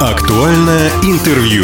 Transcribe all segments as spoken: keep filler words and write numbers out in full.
Актуальное интервью.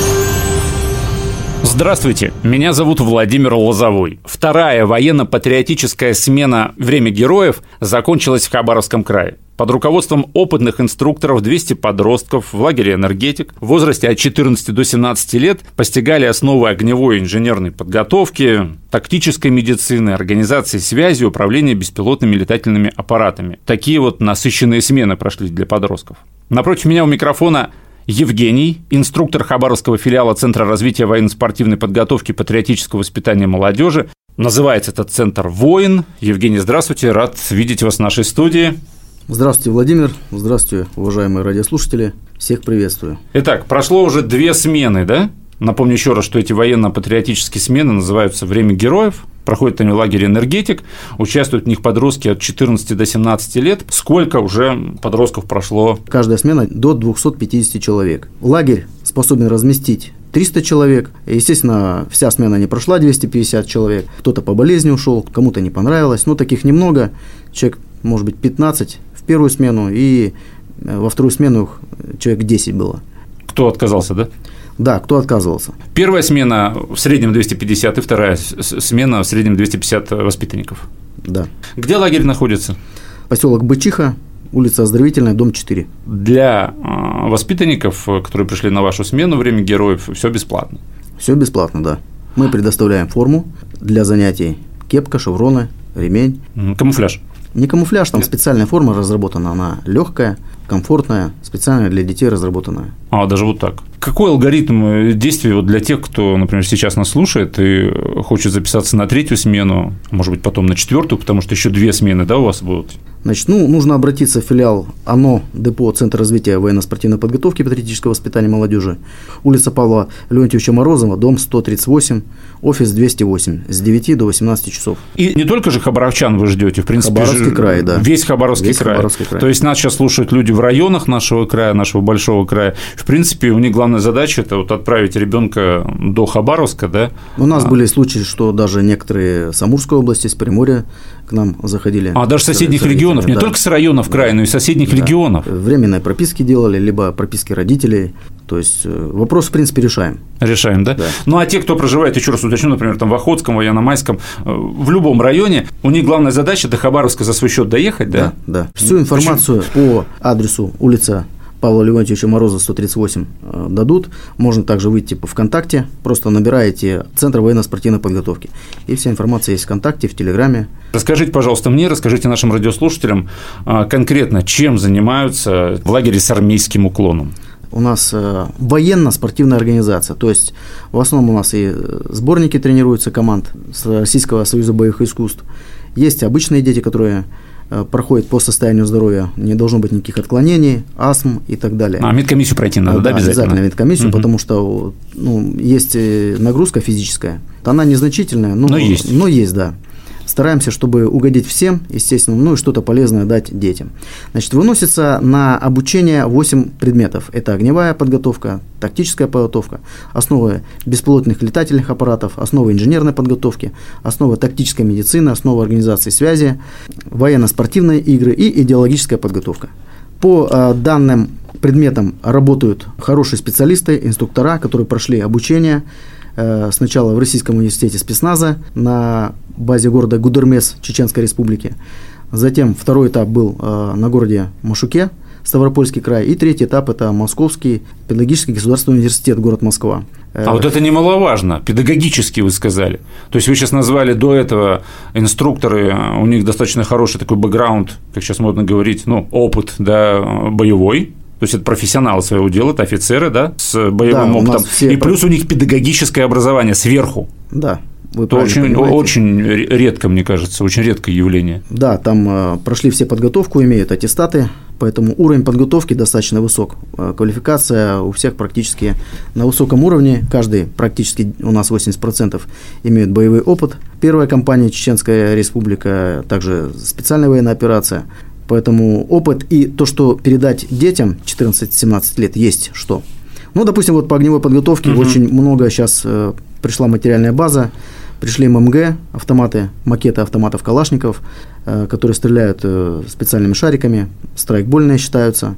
Здравствуйте, меня зовут Владимир Лозовой. Вторая военно-патриотическая смена «Время героев» закончилась в Хабаровском крае. Под руководством опытных инструкторов двести подростков в лагере «Энергетик» в возрасте от четырнадцати до семнадцати лет постигали основы огневой и инженерной подготовки, тактической медицины, организации связи, управления беспилотными летательными аппаратами. Такие вот насыщенные смены прошли для подростков. Напротив меня у микрофона Евгений, инструктор Хабаровского филиала Центра развития военно-спортивной подготовки и патриотического воспитания молодежи. Называется этот центр «Воин». Евгений, здравствуйте, рад видеть вас в нашей студии. Здравствуйте, Владимир. Здравствуйте, уважаемые радиослушатели. Всех приветствую. Итак, прошло уже две смены, да? Напомню еще раз, что эти военно-патриотические смены называются «Время героев». Проходят они в лагере «Энергетик». Участвуют в них подростки от четырнадцати до семнадцати лет. Сколько уже подростков прошло? Каждая смена до двухсот пятидесяти человек. Лагерь способен разместить триста человек. Естественно, вся смена не прошла, двести пятьдесят человек. Кто-то по болезни ушел, кому-то не понравилось. Но таких немного. Человек, может быть, пятнадцать в первую смену, и во вторую смену человек десять было. Кто отказался, да? Да, кто отказывался. Первая смена в среднем двести пятьдесят, и вторая смена в среднем двести пятьдесят воспитанников. Да. Где лагерь находится? Поселок Бычиха, улица Оздоровительная, дом четыре. Для воспитанников, которые пришли на вашу смену «Время героев», все бесплатно? Все бесплатно, да. Мы предоставляем форму для занятий: кепка, шевроны, ремень. Камуфляж? Не камуфляж, там Нет. специальная форма разработана, она легкая, комфортная, специально для детей разработанная. А, даже вот так. Какой алгоритм действий вот для тех, кто, например, сейчас нас слушает и хочет записаться на третью смену, может быть, потом на четвертую, потому что еще две смены, да, у вас будут? Значит, ну, нужно обратиться в филиал ОНО, депо Центр развития военно-спортивной подготовки и патриотического воспитания молодежи, улица Павла Леонтьевича Морозова, дом сто тридцать восемь, офис двести восемь, с девяти до восемнадцати часов. И не только же хабаровчан вы ждете, в принципе, Хабаровский край, да. Весь Хабаровский, весь край. Хабаровский край. То есть нас сейчас слушают люди в районах нашего края, нашего большого края. В принципе, у них главная задача – это вот отправить ребенка до Хабаровска, да? У нас а... были случаи, что даже некоторые с Амурской области, с Приморья к нам заходили. А даже соседних регионов, не да. только с районов края, но и соседних да. регионов. Временные прописки делали, либо прописки родителей. То есть вопрос, в принципе, решаем. Решаем, да? да? Ну, а те, кто проживает, еще раз уточню, например, там в Охотском, Военно-Майском, в любом районе, у них главная задача до Хабаровска за свой счет доехать, да? Да, да. Всю информацию Почему? по адресу улица Павла Леонтьевича Морозова, сто тридцать восемь дадут. Можно также выйти по ВКонтакте, просто набираете Центр военно-спортивной подготовки. И вся информация есть в ВКонтакте, в Телеграме. Расскажите, пожалуйста, мне, расскажите нашим радиослушателям конкретно, чем занимаются в лагере с армейским уклоном. У нас военно-спортивная организация, то есть в основном у нас и сборники тренируются команд с Российского союза боевых искусств. Есть обычные дети, которые проходит по состоянию здоровья, не должно быть никаких отклонений, астм и так далее. А медкомиссию пройти надо, да, да обязательно? Обязательно медкомиссию, угу. потому что ну, есть нагрузка физическая, она незначительная, но, но есть. Но есть, да. Стараемся, чтобы угодить всем, естественно, ну и что-то полезное дать детям. Значит, выносится на обучение восемь предметов. Это огневая подготовка, тактическая подготовка, основы беспилотных летательных аппаратов, основы инженерной подготовки, основы тактической медицины, основы организации связи, военно-спортивные игры и идеологическая подготовка. По э, данным предметам работают хорошие специалисты, инструктора, которые прошли обучение. Сначала в Российском университете спецназа на базе города Гудермес Чеченской Республики. Затем второй этап был на городе Машуке, Ставропольский край. И третий этап – это Московский педагогический государственный университет, город Москва. А вот это немаловажно, педагогически вы сказали. То есть вы сейчас назвали до этого инструкторы, у них достаточно хороший такой бэкграунд, как сейчас модно говорить, ну, опыт, да, боевой. То есть это профессионалы своего дела, это офицеры, да, с боевым да, опытом. И плюс у них педагогическое образование сверху. Да. Это очень, очень редко, мне кажется, очень редкое явление. Да, там э, прошли все подготовку, имеют аттестаты, поэтому уровень подготовки достаточно высок. Квалификация у всех практически на высоком уровне. Каждый практически, у нас восемьдесят процентов имеют боевой опыт. Первая компания Чеченская Республика, также специальная военная операция. Поэтому опыт и то, что передать детям четырнадцать-семнадцать лет, есть что. Ну, допустим, вот по огневой подготовке угу. очень много сейчас э, пришла материальная база, пришли эм эм гэ, автоматы, макеты автоматов Калашников, э, которые стреляют э, специальными шариками, страйкбольные считаются.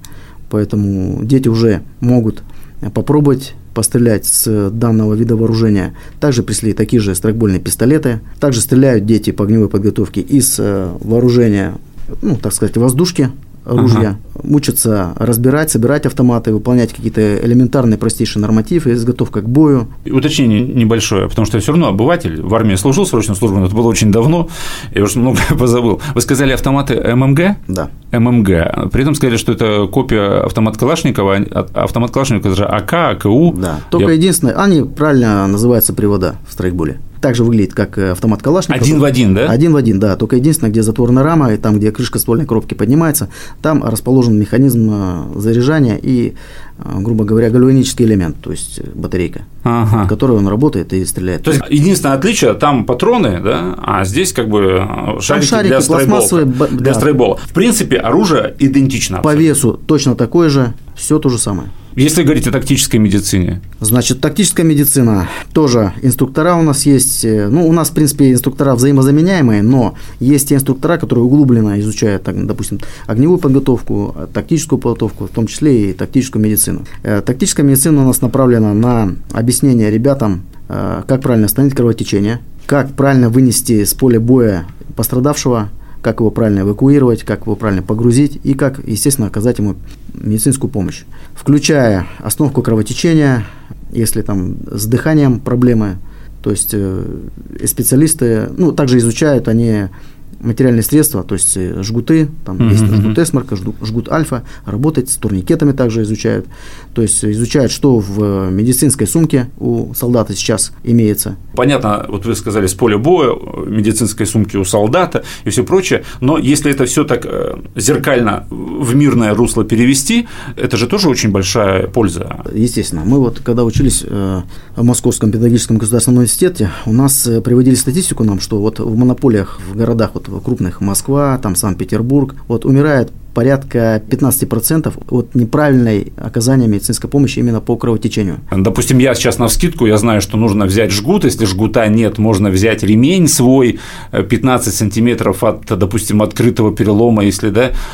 поэтому дети уже могут попробовать пострелять с данного вида вооружения. Также пришли такие же страйкбольные пистолеты. Также стреляют дети по огневой подготовке из вооружения, ну, так сказать, воздушки, ружья. Ага. Учатся разбирать, собирать автоматы, выполнять какие-то элементарные, простейшие нормативы, изготовка к бою. И уточнение небольшое, потому что я все равно обыватель, в армии служил срочную службу, но это было очень давно, я уже много позабыл. Вы сказали автоматы ММГ? Да. ММГ. При этом сказали, что это копия автомата Калашникова, автомат Калашникова – это же АК, АКУ. Да, только я... единственное, они правильно называются привода в страйкболе. Также выглядит как автомат Калашникова. Один в один, да? Один в один, да. Только единственное, где затворная рама, и там, где крышка ствольной коробки поднимается, там расположен механизм заряжания и, грубо говоря, гальванический элемент, то есть батарейка, ага. в которой он работает и стреляет. То есть единственное отличие, там патроны, да, а здесь как бы шарики, шарики для страйкбола. Для да. страйкбола. В принципе, оружие идентично. По абсолютно. Весу точно такое же, все то же самое. Если говорить о тактической медицине. Значит, тактическая медицина. Тоже инструктора у нас есть. Ну, у нас, в принципе, инструктора взаимозаменяемые, но есть те инструктора, которые углубленно изучают, так, допустим, огневую подготовку, тактическую подготовку, в том числе и тактическую медицину. Тактическая медицина у нас направлена на объяснение ребятам, как правильно остановить кровотечение, как правильно вынести с поля боя пострадавшего, как его правильно эвакуировать, как его правильно погрузить и как, естественно, оказать ему медицинскую помощь, включая остановку кровотечения, если там с дыханием проблемы, то есть э, специалисты, ну, также изучают они материальные средства, то есть жгуты, там mm-hmm. есть жгут Эсмарка, жгут, жгут Альфа, работать с турникетами также изучают, то есть изучают, что в медицинской сумке у солдата сейчас имеется. Понятно, вот вы сказали, с поля боя, медицинской сумки у солдата и все прочее, но если это все так зеркально в мирное русло перевести, это же тоже очень большая польза. Естественно. Мы вот, когда учились в Московском педагогическом государственном университете, у нас приводили статистику нам, что вот в монополиях, в городах вот крупных, Москва, там Санкт-Петербург, вот умирает порядка пятнадцать процентов от неправильной оказания медицинской помощи именно по кровотечению. Допустим, я сейчас навскидку, я знаю, что нужно взять жгут, если жгута нет, можно взять ремень свой пятнадцать сантиметров от, допустим, открытого перелома, если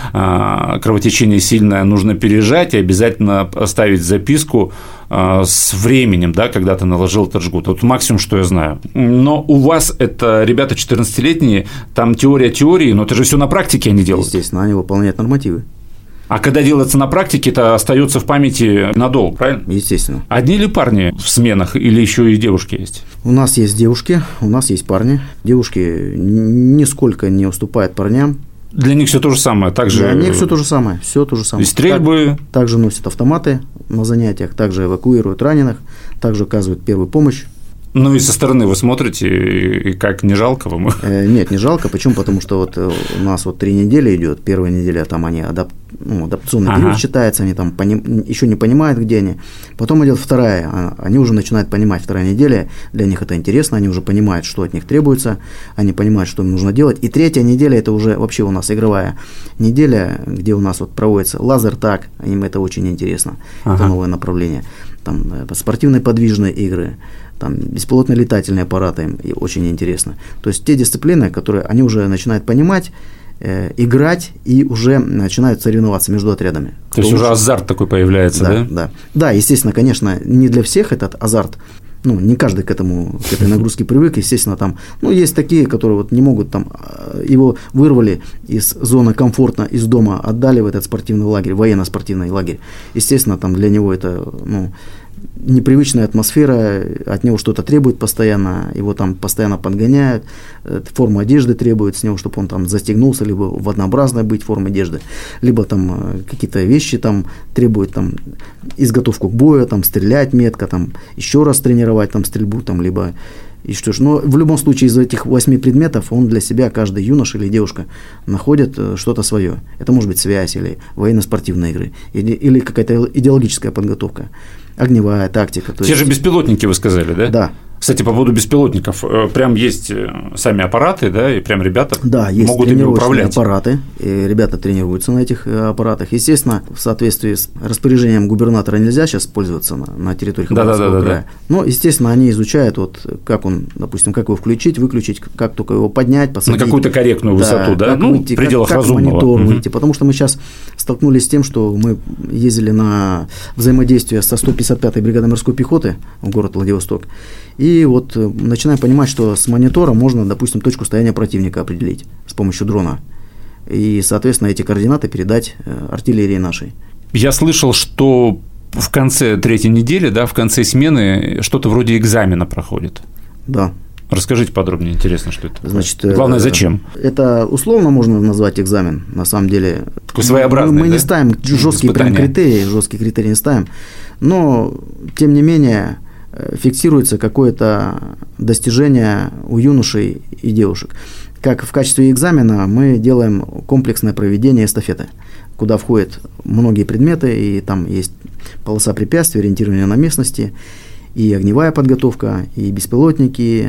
да, кровотечение сильное, нужно пережать и обязательно оставить записку с временем, да, когда ты наложил этот жгут. Вот максимум, что я знаю. Но у вас это ребята четырнадцатилетние, там теория теории, но это же все на практике они делают. Естественно, они выполняют нормативы. А когда делается на практике, это остается в памяти надолго, правильно? Естественно. Одни ли парни в сменах или еще и девушки есть? У нас есть девушки, у нас есть парни. Девушки нисколько не уступают парням. Для них все то же самое, также. Для них все то же самое, все то же самое. И стрельбы. Так, также носят автоматы на занятиях, также эвакуируют раненых, также оказывают первую помощь. Ну и со стороны вы смотрите, и как, не жалко вам? Нет, не жалко. Почему? Потому что вот у нас вот три недели идет. Первая неделя там они адап... ну, адаптационный ага. период считается, они там поним... еще не понимают, где они. Потом идет вторая, они уже начинают понимать. Вторая неделя, для них это интересно, они уже понимают, что от них требуется, они понимают, что им нужно делать. И третья неделя это уже вообще у нас игровая неделя, где у нас вот проводится лазертаг, им это очень интересно, ага. это новое направление. Там спортивные подвижные игры, там беспилотные летательные аппараты, им очень интересно. То есть те дисциплины, которые они уже начинают понимать, э, играть и уже начинают соревноваться между отрядами. То есть лучше. Уже азарт такой появляется, да? Да, да. Да, естественно, конечно, не для всех этот азарт. Ну, не каждый к этому, к этой нагрузке привык, естественно, там, ну, есть такие, которые вот не могут, там, его вырвали из зоны комфортно, из дома, отдали в этот спортивный лагерь, военно-спортивный лагерь, естественно, там для него это, ну, непривычная атмосфера, от него что-то требует постоянно, его там постоянно подгоняют, форму одежды требует с него, чтобы он там застегнулся, либо в однообразной быть форме одежды, либо там какие-то вещи там требуют там изготовку к бою, там стрелять метко, там еще раз тренировать там стрельбу, там либо и что ж, но в любом случае из этих восьми предметов он для себя, каждый юноша или девушка, находит что-то свое. Это может быть связь или военно-спортивные игры, или, или какая-то идеологическая подготовка, огневая тактика. Те есть... же беспилотники, вы сказали, да? Да. Кстати, по поводу беспилотников, прям есть сами аппараты, да, и прям ребята да, есть могут ими управлять. аппараты, и ребята тренируются на этих аппаратах. Естественно, в соответствии с распоряжением губернатора нельзя сейчас пользоваться на, на территории Хабаровского да, да, да, края. Да. Но, естественно, они изучают, вот, как он, допустим, как его включить, выключить, как только его поднять, посадить. На какую-то корректную высоту, да, да? Ну, выйти, в пределах как, разумного. Как монитор угу. выйти, потому что мы сейчас столкнулись с тем, что мы ездили на взаимодействие со сто пятьдесят пятой бригадой морской пехоты в город Владивосток, и вот начинаем понимать, что с монитора можно, допустим, точку стояния противника определить с помощью дрона, и, соответственно, эти координаты передать артиллерии нашей. Я слышал, что в конце третьей недели, да, в конце смены что-то вроде экзамена проходит. Да. Расскажите подробнее, интересно, что это. Значит, главное, зачем? Это условно можно назвать экзамен, на самом деле. Такой своеобразный, Мы, мы да? не ставим жесткие прям критерии, жесткие критерии не ставим, но, тем не менее, фиксируется какое-то достижение у юношей и девушек. Как в качестве экзамена мы делаем комплексное проведение эстафеты, куда входят многие предметы, и там есть полоса препятствий, ориентирование на местности, и огневая подготовка, и беспилотники,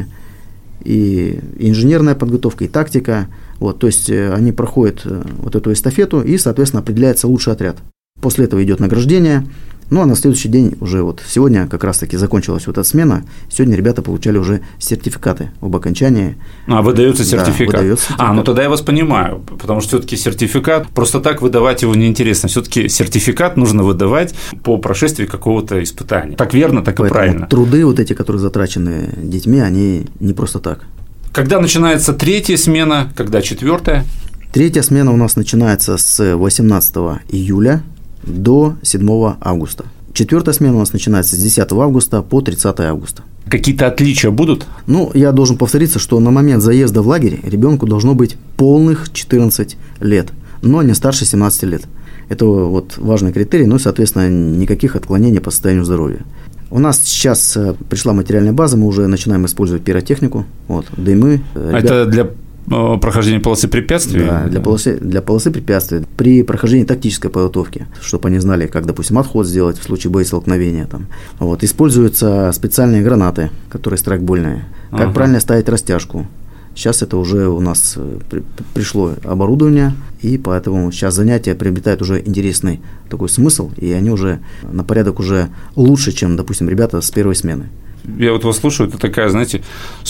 и инженерная подготовка, и тактика. Вот, то есть они проходят вот эту эстафету, и, соответственно, определяется лучший отряд. После этого идет награждение. Ну, а на следующий день уже вот сегодня как раз-таки закончилась вот эта смена. Сегодня ребята получали уже сертификаты об окончании. А, выдается сертификат. Да, выдается сертификат. А, ну тогда я вас понимаю, потому что все-таки сертификат, просто так выдавать его неинтересно. Все-таки сертификат нужно выдавать по прошествии какого-то испытания. Так верно, так Поэтому и правильно. Труды вот эти, которые затрачены детьми, они не просто так. Когда начинается третья смена, когда четвертая? Третья смена у нас начинается с восемнадцатого июля до седьмого августа. Четвертая смена у нас начинается с десятого августа по тридцатое августа. Какие-то отличия будут? Ну, я должен повториться, что на момент заезда в лагерь ребенку должно быть полных четырнадцать лет, но не старше семнадцати лет. Это вот важный критерий, ну и, соответственно, никаких отклонений по состоянию здоровья. У нас сейчас пришла материальная база, мы уже начинаем использовать пиротехнику, вот, дымы. Это ребят... для прохождения полосы препятствий? Да, для полосы, для полосы препятствий. При прохождении тактической подготовки, чтобы они знали, как, допустим, отход сделать в случае боестолкновения. Там. Вот. Используются специальные гранаты, которые страйкбольные. Как ага. правильно ставить растяжку. Сейчас это уже у нас при, пришло оборудование, и поэтому сейчас занятия приобретают уже интересный такой смысл, и они уже на порядок уже лучше, чем, допустим, ребята с первой смены. Я вот вас слушаю, это такая, знаете,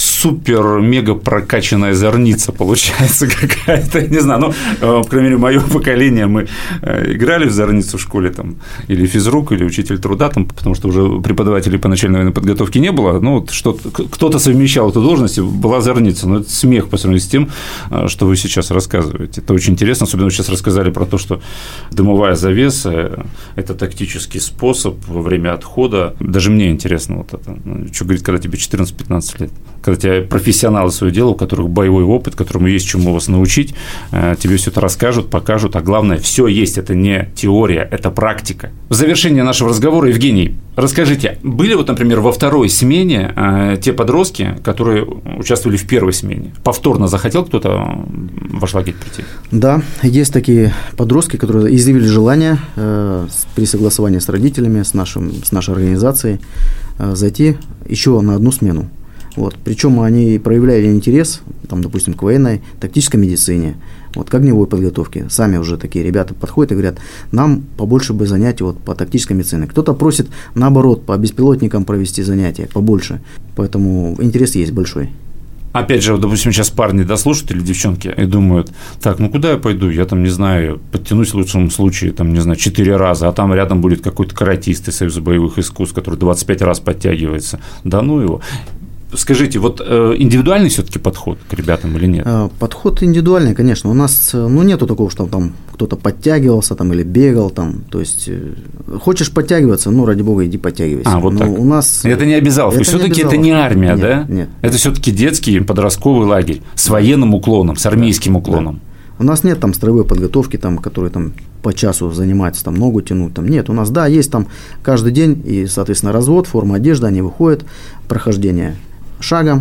супер-мега прокачанная зорница получается какая-то, не знаю, ну, по крайней мере, мое поколение, мы играли в зорницу в школе, там, или физрук, или учитель труда, там, потому что уже преподавателей по начальной военной подготовке не было, ну, вот что-то, кто-то совмещал эту должность, была зорница, но это смех по сравнению с тем, что вы сейчас рассказываете. Это очень интересно, особенно вы сейчас рассказали про то, что дымовая завеса – это тактический способ во время отхода, даже мне интересно вот это. Что говорит, когда тебе четырнадцать-пятнадцать лет, когда тебя профессионалы своего дела, у которых боевой опыт, которому есть чему вас научить, тебе все это расскажут, покажут, а главное, все есть, это не теория, это практика. В завершение нашего разговора, Евгений, расскажите, были вот, например, во второй смене э, те подростки, которые участвовали в первой смене? Повторно захотел кто-то в ваш лагерь прийти? Да, есть такие подростки, которые изъявили желание э, при согласовании с родителями, с, нашим, с нашей организацией э, зайти еще на одну смену. Вот. Причем они проявляли интерес, там, допустим, к военной, тактической медицине, вот, к огневой подготовке. Сами уже такие ребята подходят и говорят, нам побольше бы занятий вот, по тактической медицине. Кто-то просит, наоборот, по беспилотникам провести занятия побольше. Поэтому интерес есть большой. Опять же, допустим, сейчас парни дослушают или девчонки и думают, так, ну куда я пойду, я там, не знаю, подтянусь в лучшем случае, там, не знаю, четыре раза, а там рядом будет какой-то каратист из Союза боевых искусств, который двадцать пять раз подтягивается, да ну его. Скажите, вот индивидуальный все-таки подход к ребятам или нет? Подход индивидуальный, конечно. У нас ну, нету такого, что там кто-то подтягивался там, или бегал. Там. То есть, хочешь подтягиваться, ну, ради бога, иди подтягивайся. А, вот Но так. У нас... Это не обязаловка. Все-таки это не армия, нет, да? Нет. Это все-таки детский подростковый лагерь с военным уклоном, с армейским да, уклоном. Да. У нас нет там строевой подготовки, там, которые там по часу занимаются, там ногу тянут, там нет. У нас, да, есть там каждый день и, соответственно, развод, форма одежды, они выходят, прохождение шагом,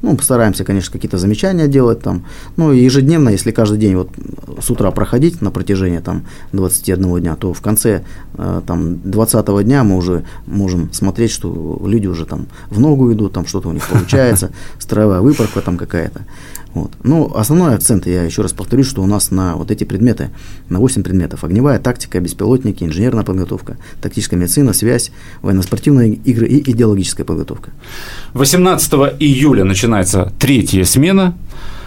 Ну, постараемся, конечно, какие-то замечания делать там. Ну, и ежедневно, если каждый день вот с утра проходить на протяжении там двадцати одного дня, то в конце там двадцатого дня мы уже можем смотреть, что люди уже там в ногу идут, там что-то у них получается, строевая выправка там какая-то. Вот. Ну, основной акцент, я еще раз повторюсь, что у нас на вот эти предметы, на восемь предметов: огневая тактика, беспилотники, инженерная подготовка, тактическая медицина, связь, военно-спортивные игры и идеологическая подготовка. восемнадцатого июля начинается третья смена,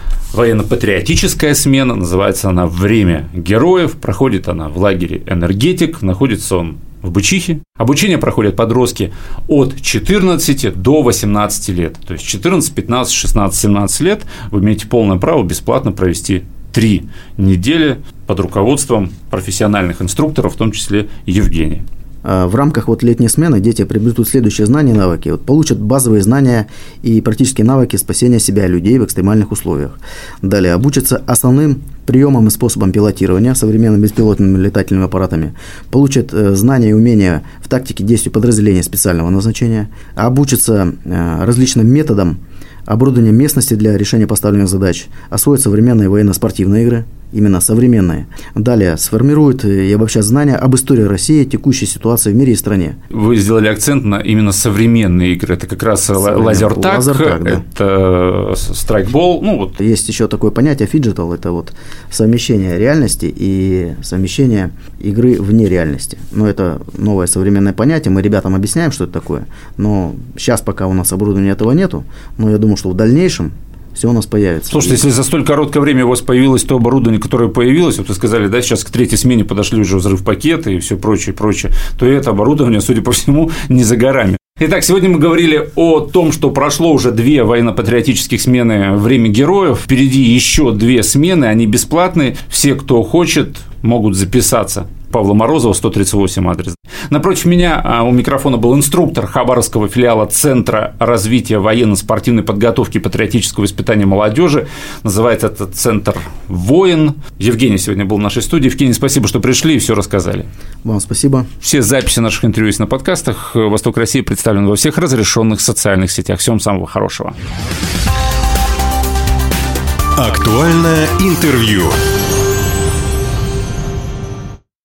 военно-патриотическая смена, называется она «Время героев», проходит она в лагере «Энергетик», находится он в Бычихе. Обучение проходят подростки от четырнадцати до восемнадцати лет. То есть четырнадцать, пятнадцать, шестнадцать, семнадцать лет вы имеете полное право бесплатно провести три недели под руководством профессиональных инструкторов, в том числе Евгения. В рамках вот летней смены дети приобретут следующие знания и навыки. Вот получат базовые знания и практические навыки спасения себя и людей в экстремальных условиях. Далее обучатся основным приемам и способам пилотирования современными беспилотными летательными аппаратами. Получат знания и умения в тактике действий подразделения специального назначения. Обучатся различным методам оборудования местности для решения поставленных задач. Освоят современные военно-спортивные игры. Именно современные. Далее сформируют и обобщат знания об истории России, текущей ситуации в мире и стране. Вы сделали акцент на именно современные игры. Это как раз лазертаг, лазертаг да. Это страйкбол. Ну, вот. Есть еще такое понятие фиджитал. Это вот совмещение реальности и совмещение игры вне реальности. Но это новое современное понятие. Мы ребятам объясняем, что это такое. Но сейчас пока у нас оборудования этого нету. Но я думаю, что в дальнейшем все у нас появится. Слушайте, если за столь короткое время у вас появилось то оборудование, которое появилось, вот вы сказали, да, сейчас к третьей смене подошли уже взрыв-пакеты и все прочее, прочее, то и это оборудование, судя по всему, не за горами. Итак, сегодня мы говорили о том, что прошло уже две военно-патриотических смены «Время героев». Впереди еще две смены, они бесплатные. Все, кто хочет, могут записаться. Павла Морозова, сто тридцать восемь адрес. Напротив меня у микрофона был инструктор Хабаровского филиала Центра развития военно-спортивной подготовки и патриотического воспитания молодежи. Называется этот центр «Воин». Евгений сегодня был в нашей студии. Евгений, спасибо, что пришли и все рассказали. Вам спасибо. Все записи наших интервью есть на подкастах. «Восток России» представлен во всех разрешенных социальных сетях. Всем самого хорошего. Актуальное интервью.